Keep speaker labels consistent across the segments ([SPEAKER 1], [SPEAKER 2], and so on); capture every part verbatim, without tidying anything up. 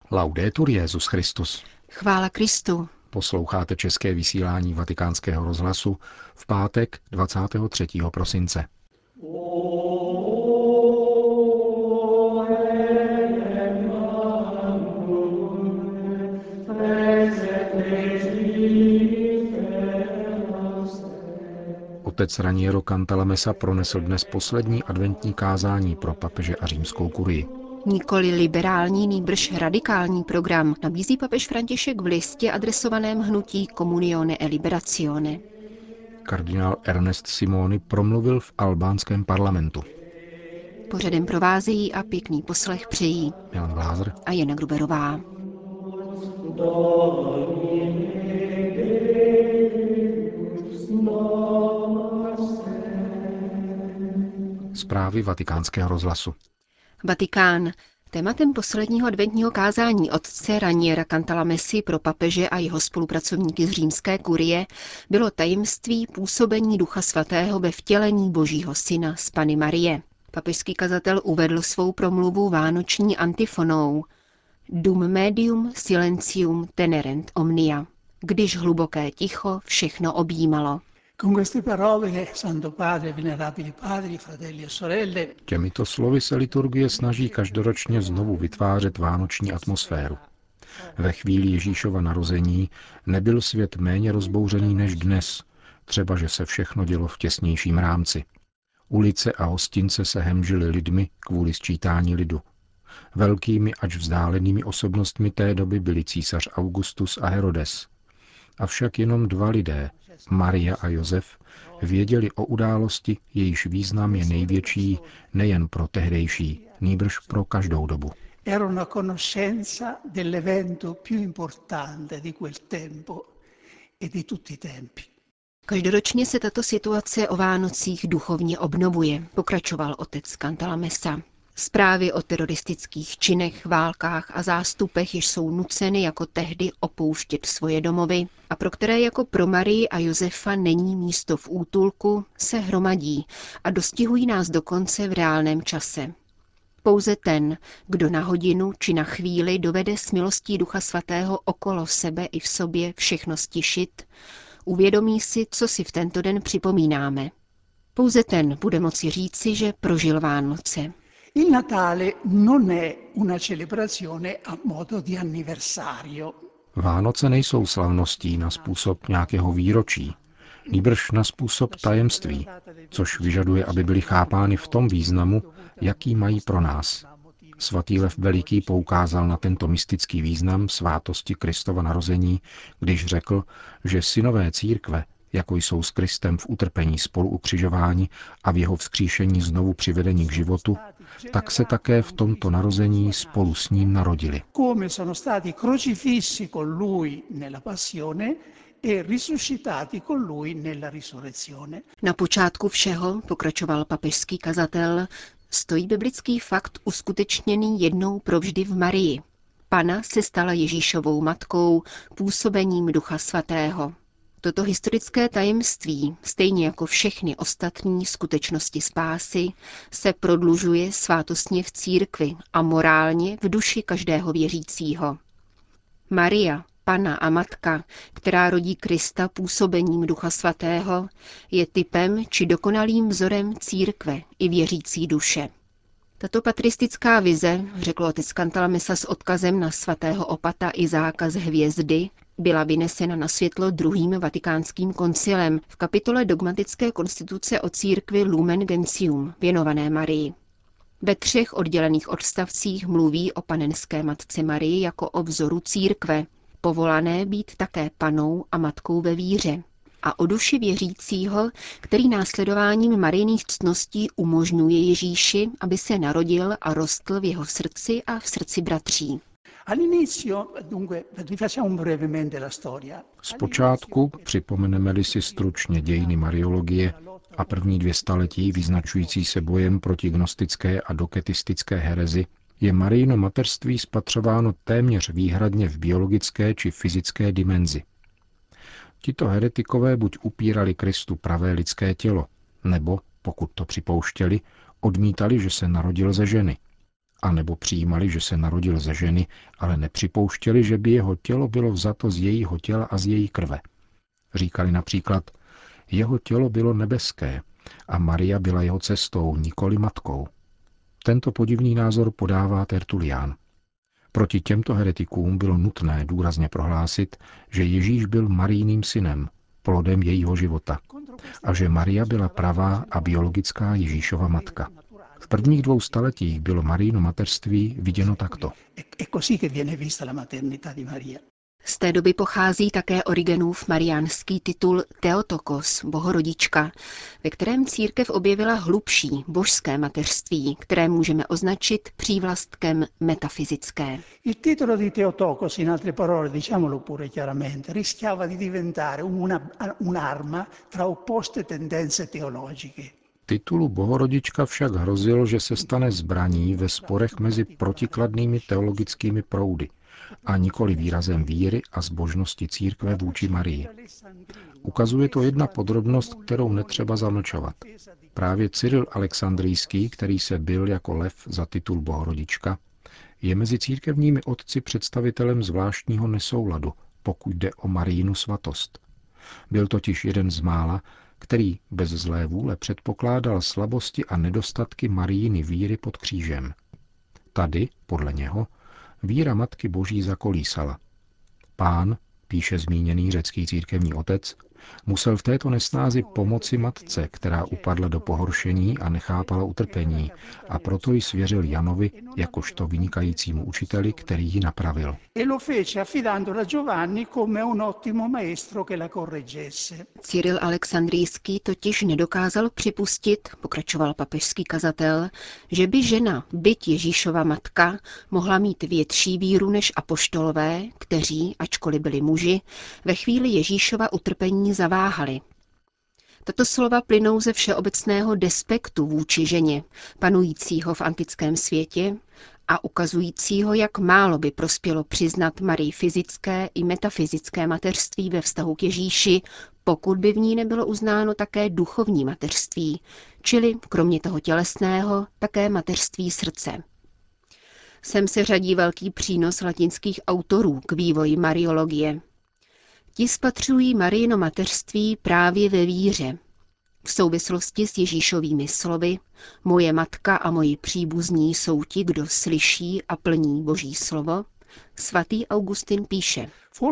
[SPEAKER 1] Laudetur Jesus Christus.
[SPEAKER 2] Chvála Kristu.
[SPEAKER 1] Posloucháte české vysílání Vatikánského rozhlasu v pátek dvacátého třetího prosince. Otec Raniero Cantalamessa pronesl dnes poslední adventní kázání pro papeže a římskou kurii.
[SPEAKER 2] Nikoli liberální, nýbrž radikální program nabízí papež František v listě adresovaném hnutí Comunione e Liberazione.
[SPEAKER 1] Kardinál Ernest Simoni promluvil v albánském parlamentu.
[SPEAKER 2] Pořadem provázejí a pěkný poslech přejí
[SPEAKER 1] Milan Glázer
[SPEAKER 2] a Jana Gruberová.
[SPEAKER 1] Zprávy Vatikánského rozhlasu.
[SPEAKER 2] Vatikán. Tématem posledního adventního kázání otce Raniera Cantalamessy pro papeže a jeho spolupracovníky z římské kurie bylo tajemství působení Ducha Svatého ve vtělení Božího Syna z Panny Marie. Papežský kazatel uvedl svou promluvu vánoční antifonou Dum medium silentium tenerent omnia, když hluboké ticho všechno objímalo.
[SPEAKER 1] Těmito slovy se liturgie snaží každoročně znovu vytvářet vánoční atmosféru. Ve chvíli Ježíšova narození nebyl svět méně rozbouřený než dnes, třeba že se všechno dělo v těsnějším rámci. Ulice a hostince se hemžily lidmi kvůli sčítání lidu. Velkými ač vzdálenými osobnostmi té doby byli císař Augustus a Herodes. Avšak jenom dva lidé, Maria a Josef, věděli o události, jejíž význam je největší nejen pro tehdejší, nýbrž pro každou dobu.
[SPEAKER 2] Každoročně se tato situace o Vánocích duchovně obnovuje, pokračoval otec Cantalamessa. Zprávy o teroristických činech, válkách a zástupech, jež jsou nuceny jako tehdy opouštět svoje domovy a pro které jako pro Marii a Josefa není místo v útulku, se hromadí a dostihují nás dokonce v reálném čase. Pouze ten, kdo na hodinu či na chvíli dovede s milostí Ducha Svatého okolo sebe i v sobě všechno stišit, uvědomí si, co si v tento den připomínáme. Pouze ten bude moci říci, že prožil Vánoce.
[SPEAKER 3] Il Natale non è una celebrazione a modo di anniversario.
[SPEAKER 1] Vánoce nejsou slavností na způsob nějakého výročí, nýbrž na způsob tajemství, což vyžaduje, aby byly chápány v tom významu, jaký mají pro nás. Svatý Lev Veliký poukázal na tento mystický význam svátosti Kristova narození, když řekl, že synové církve, jako jsou s Kristem v utrpení spolu ukřižováni a v jeho vzkříšení znovu přivedení k životu, tak se také v tomto narození spolu s ním narodili.
[SPEAKER 2] Na počátku všeho, pokračoval papežský kazatel, stojí biblický fakt uskutečněný jednou provždy v Marii. Panna se stala Ježíšovou matkou působením Ducha Svatého. Toto historické tajemství, stejně jako všechny ostatní skutečnosti spásy, se prodlužuje svátostně v církvi a morálně v duši každého věřícího. Maria, Panna a Matka, která rodí Krista působením Ducha Svatého, je typem či dokonalým vzorem církve i věřící duše. Tato patristická vize, řekl otec Cantalamessa s odkazem na svatého opata Izáka z Hvězdy, byla vynesena na světlo druhým vatikánským koncilem v kapitole dogmatické konstituce o církvi Lumen Gentium, věnované Marii. Ve třech oddělených odstavcích mluví o panenské matce Marii jako o vzoru církve, povolané být také panou a matkou ve víře, a o duši věřícího, který následováním Marijných ctností umožňuje Ježíši, aby se narodil a rostl v jeho srdci a v srdci bratří.
[SPEAKER 1] Zpočátku, připomeneme-li si stručně dějiny mariologie a první dvě staletí vyznačující se bojem proti gnostické a doketistické herezi, je Marijino mateřství spatřováno téměř výhradně v biologické či fyzické dimenzi. Tito heretikové buď upírali Kristu pravé lidské tělo, nebo, pokud to připouštěli, odmítali, že se narodil ze ženy. A nebo přijímali, že se narodil ze ženy, ale nepřipouštěli, že by jeho tělo bylo vzato z jejího těla a z její krve. Říkali například, jeho tělo bylo nebeské a Maria byla jeho cestou, nikoli matkou. Tento podivný názor podává Tertulián. Proti těmto heretikům bylo nutné důrazně prohlásit, že Ježíš byl Marijiným synem, plodem jejího života, a že Maria byla pravá a biologická Ježíšova matka. V prvních dvou staletích bylo Marijino mateřství viděno takto.
[SPEAKER 2] Z té doby pochází také Origenův mariánský titul Theotokos, bohorodička, ve kterém církev objevila hlubší božské mateřství, které můžeme označit přívlastkem metafyzické.
[SPEAKER 3] Il titolo di Theotokos, in altre parole, diciamolo pure chiaramente, rischiava di diventare una, un'arma tra opposte tendenze teologiche.
[SPEAKER 1] Titulu bohorodička však hrozil, že se stane zbraní ve sporech mezi protikladnými teologickými proudy a nikoli výrazem víry a zbožnosti církve vůči Marii. Ukazuje to jedna podrobnost, kterou netřeba zamlčovat. Právě Cyril Alexandrijský, který se bil jako lev za titul bohorodička, je mezi církevními otci představitelem zvláštního nesouladu, pokud jde o Marijinu svatost. Byl totiž jeden z mála, který bez zlé vůle předpokládal slabosti a nedostatky Marijiny víry pod křížem. Tady, podle něho, víra Matky Boží zakolísala. Pán, píše zmíněný řecký církevní otec, musel v této nesnázi pomoci matce, která upadla do pohoršení a nechápala utrpení, a proto ji svěřil Janovi jakožto vynikajícímu učiteli, který ji napravil.
[SPEAKER 2] Cyril Alexandrijský totiž nedokázal připustit, pokračoval papežský kazatel, že by žena, byť Ježíšova matka, mohla mít větší víru než apoštolové, kteří, ačkoliv byli muži, ve chvíli Ježíšova utrpení zaváhali. Tato slova plynou ze všeobecného despektu vůči ženě, panujícího v antickém světě a ukazujícího, jak málo by prospělo přiznat Marii fyzické i metafyzické mateřství ve vztahu k Ježíši, pokud by v ní nebylo uznáno také duchovní mateřství, čili kromě toho tělesného také mateřství srdce. Sem se řadí velký přínos latinských autorů k vývoji mariologie. Ti spatřují Marijino mateřství právě ve víře. V souvislosti s Ježíšovými slovy moje matka a moji příbuzní jsou ti, kdo slyší a plní Boží slovo, svatý Augustin píše.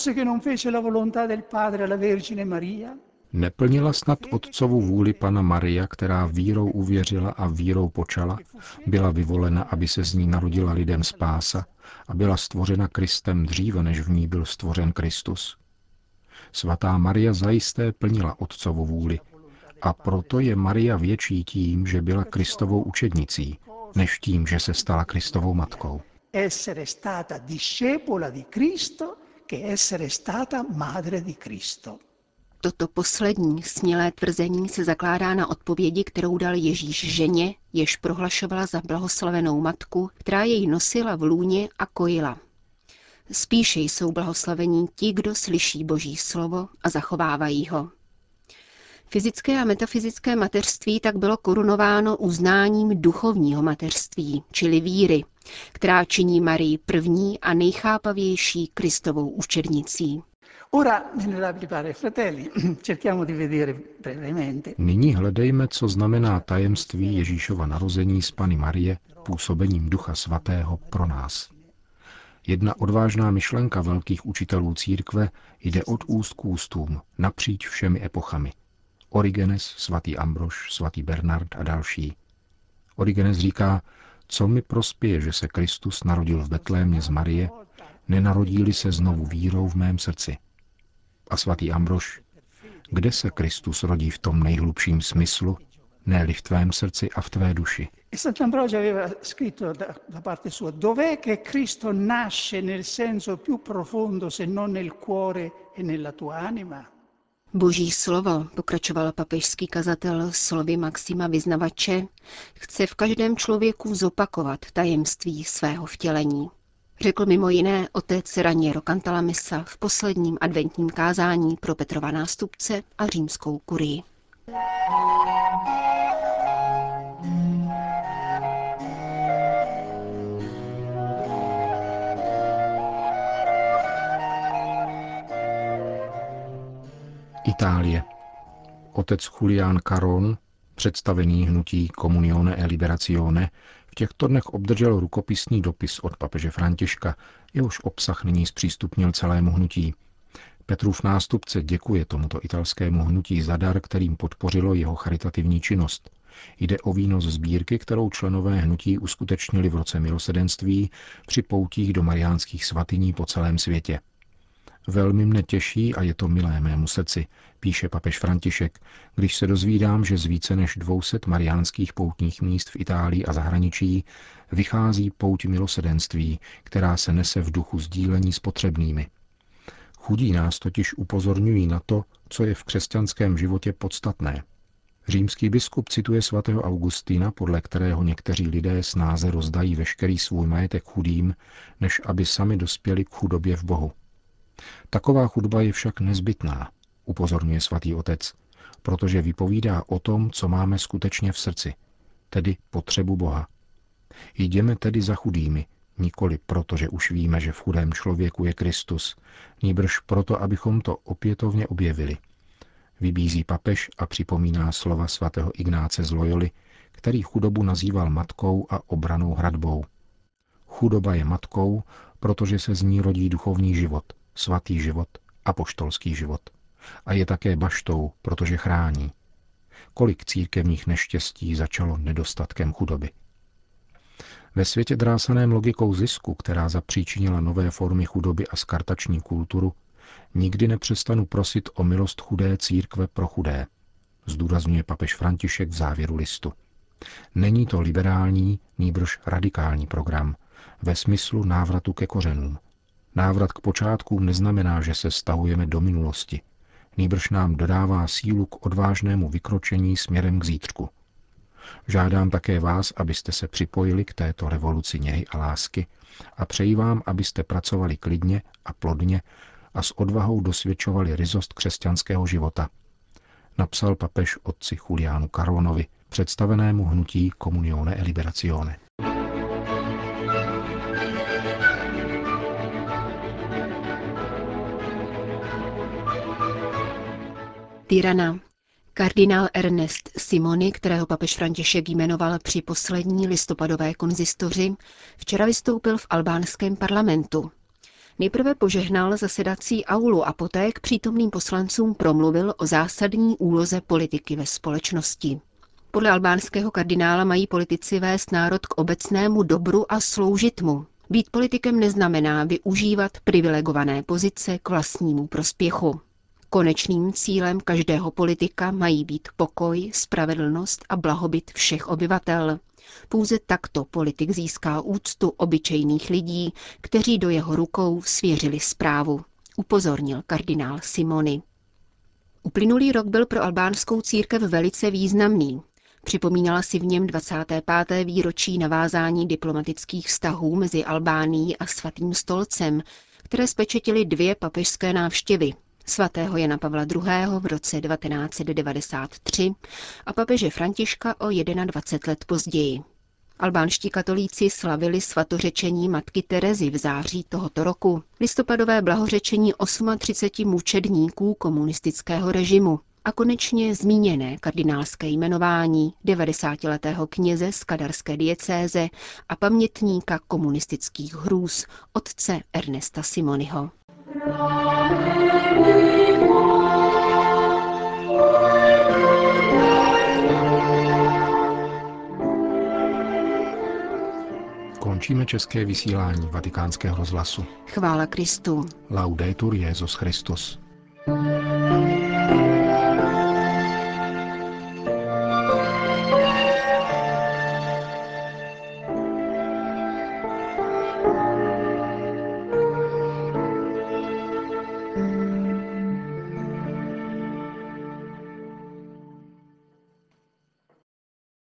[SPEAKER 1] Neplnila snad otcovu vůli Pana Maria, která vírou uvěřila a vírou počala, byla vyvolena, aby se z ní narodila lidem spása a byla stvořena Kristem dříve, než v ní byl stvořen Kristus. Svatá Maria zajisté plnila otcovu vůli a proto je Maria větší tím, že byla Kristovou učednicí, než tím, že se stala Kristovou matkou.
[SPEAKER 3] Essere stata discepola di Cristo che essere stata madre di Cristo.
[SPEAKER 2] Toto poslední smělé tvrzení se zakládá na odpovědi, kterou dal Ježíš ženě, jež prohlašovala za blahoslavenou matku, která jej nosila v lůně a kojila. Spíše jsou blahoslavení ti, kdo slyší Boží slovo a zachovávají ho. Fyzické a metafyzické mateřství tak bylo korunováno uznáním duchovního mateřství, čili víry, která činí Marii první a nejchápavější Kristovou učednicí.
[SPEAKER 1] Nyní hledejme, co znamená tajemství Ježíšova narození z Panny Marie působením Ducha Svatého pro nás. Jedna odvážná myšlenka velkých učitelů církve jde od úst k ústům, napříč všemi epochami. Origenes, svatý Ambrož, svatý Bernard a další. Origenes říká, co mi prospěje, že se Kristus narodil v Betlémě z Marie, nenarodí-li se znovu vírou v mém srdci. A svatý Ambrož, kde se Kristus rodí v tom nejhlubším smyslu, ne-li v tvém srdci a v tvé duši.
[SPEAKER 3] Sant'Ambrogio aveva scritto da, da parte sua, dov'è che Cristo nasce nel senso più profondo se non nel cuore e nella tua anima?
[SPEAKER 2] Boží slovo, pokračoval papežský kazatel slovy Maxima Vyznavače, chce v každém člověku zopakovat tajemství svého vtělení. Řekl mimo jiné otec Raniero Cantalamessa v posledním adventním kázání pro Petrova nástupce a římskou kurii.
[SPEAKER 1] Itálie. Otec Julián Caron, představený hnutí Comunione e Liberazione, v těchto dnech obdržel rukopisný dopis od papeže Františka, jehož obsah nyní zpřístupnil celému hnutí. Petrův nástupce děkuje tomuto italskému hnutí za dar, kterým podpořilo jeho charitativní činnost. Jde o výnos sbírky, kterou členové hnutí uskutečnili v roce milosedenství při poutích do mariánských svatyní po celém světě. Velmi mne těší a je to milé mému srdci, píše papež František, když se dozvídám, že z více než dvou set mariánských poutních míst v Itálii a zahraničí vychází pouť milosedenství, která se nese v duchu sdílení s potřebnými. Chudí nás totiž upozorňují na to, co je v křesťanském životě podstatné. Římský biskup cituje svatého Augustína, podle kterého někteří lidé snáze rozdají veškerý svůj majetek chudým, než aby sami dospěli k chudobě v Bohu. Taková chudoba je však nezbytná, upozorňuje svatý otec, protože vypovídá o tom, co máme skutečně v srdci, tedy potřebu Boha. Jdeme tedy za chudými, nikoli proto, že už víme, že v chudém člověku je Kristus, nýbrž proto, abychom to opětovně objevili. Vybízí papež a připomíná slova svatého Ignáce z Loyoli, který chudobu nazýval matkou a obranou hradbou. Chudoba je matkou, protože se z ní rodí duchovní život, svatý život, apoštolský život. A je také baštou, protože chrání. Kolik církevních neštěstí začalo nedostatkem chudoby. Ve světě drásaném logikou zisku, která zapříčinila nové formy chudoby a skartační kulturu, nikdy nepřestanu prosit o milost chudé církve pro chudé, zdůrazňuje papež František v závěru listu. Není to liberální, nýbrž radikální program, ve smyslu návratu ke kořenům. Návrat k počátkům neznamená, že se stahujeme do minulosti, nýbrž nám dodává sílu k odvážnému vykročení směrem k zítřku. Žádám také vás, abyste se připojili k této revoluci něhy a lásky a přeji vám, abyste pracovali klidně a plodně a s odvahou dosvědčovali ryzost křesťanského života, napsal papež otci Juliánu Caronovi, představenému hnutí Comunione e Liberazione.
[SPEAKER 2] Tirana. Kardinál Ernest Simoni, kterého papež František jmenoval při poslední listopadové konzistoři, včera vystoupil v albánském parlamentu. Nejprve požehnal zasedací aulu a poté k přítomným poslancům promluvil o zásadní úloze politiky ve společnosti. Podle albánského kardinála mají politici vést národ k obecnému dobru a sloužit mu. Být politikem neznamená využívat privilegované pozice k vlastnímu prospěchu. Konečným cílem každého politika mají být pokoj, spravedlnost a blahobyt všech obyvatel. Pouze takto politik získá úctu obyčejných lidí, kteří do jeho rukou svěřili správu, upozornil kardinál Simoni. Uplynulý rok byl pro albánskou církev velice významný. Připomínala si v něm dvacáté páté výročí navázání diplomatických vztahů mezi Albánií a Svatým stolcem, které spečetily dvě papežské návštěvy, svatého Jana Pavla druhého. v roce devatenáct set devadesát tři a papeže Františka o dvacet let později. Albánští katolíci slavili svatořečení matky Terezy v září tohoto roku, listopadové blahořečení třiceti osmi mučedníků komunistického režimu a konečně zmíněné kardinálské jmenování devadesátiletého kněze z kadarské diecéze a pamětníka komunistických hrůz otce Ernesta Simoniho.
[SPEAKER 1] Končíme české vysílání Vatikánského rozhlasu.
[SPEAKER 2] Chvála Kristu.
[SPEAKER 1] Laudetur Jesus Christus.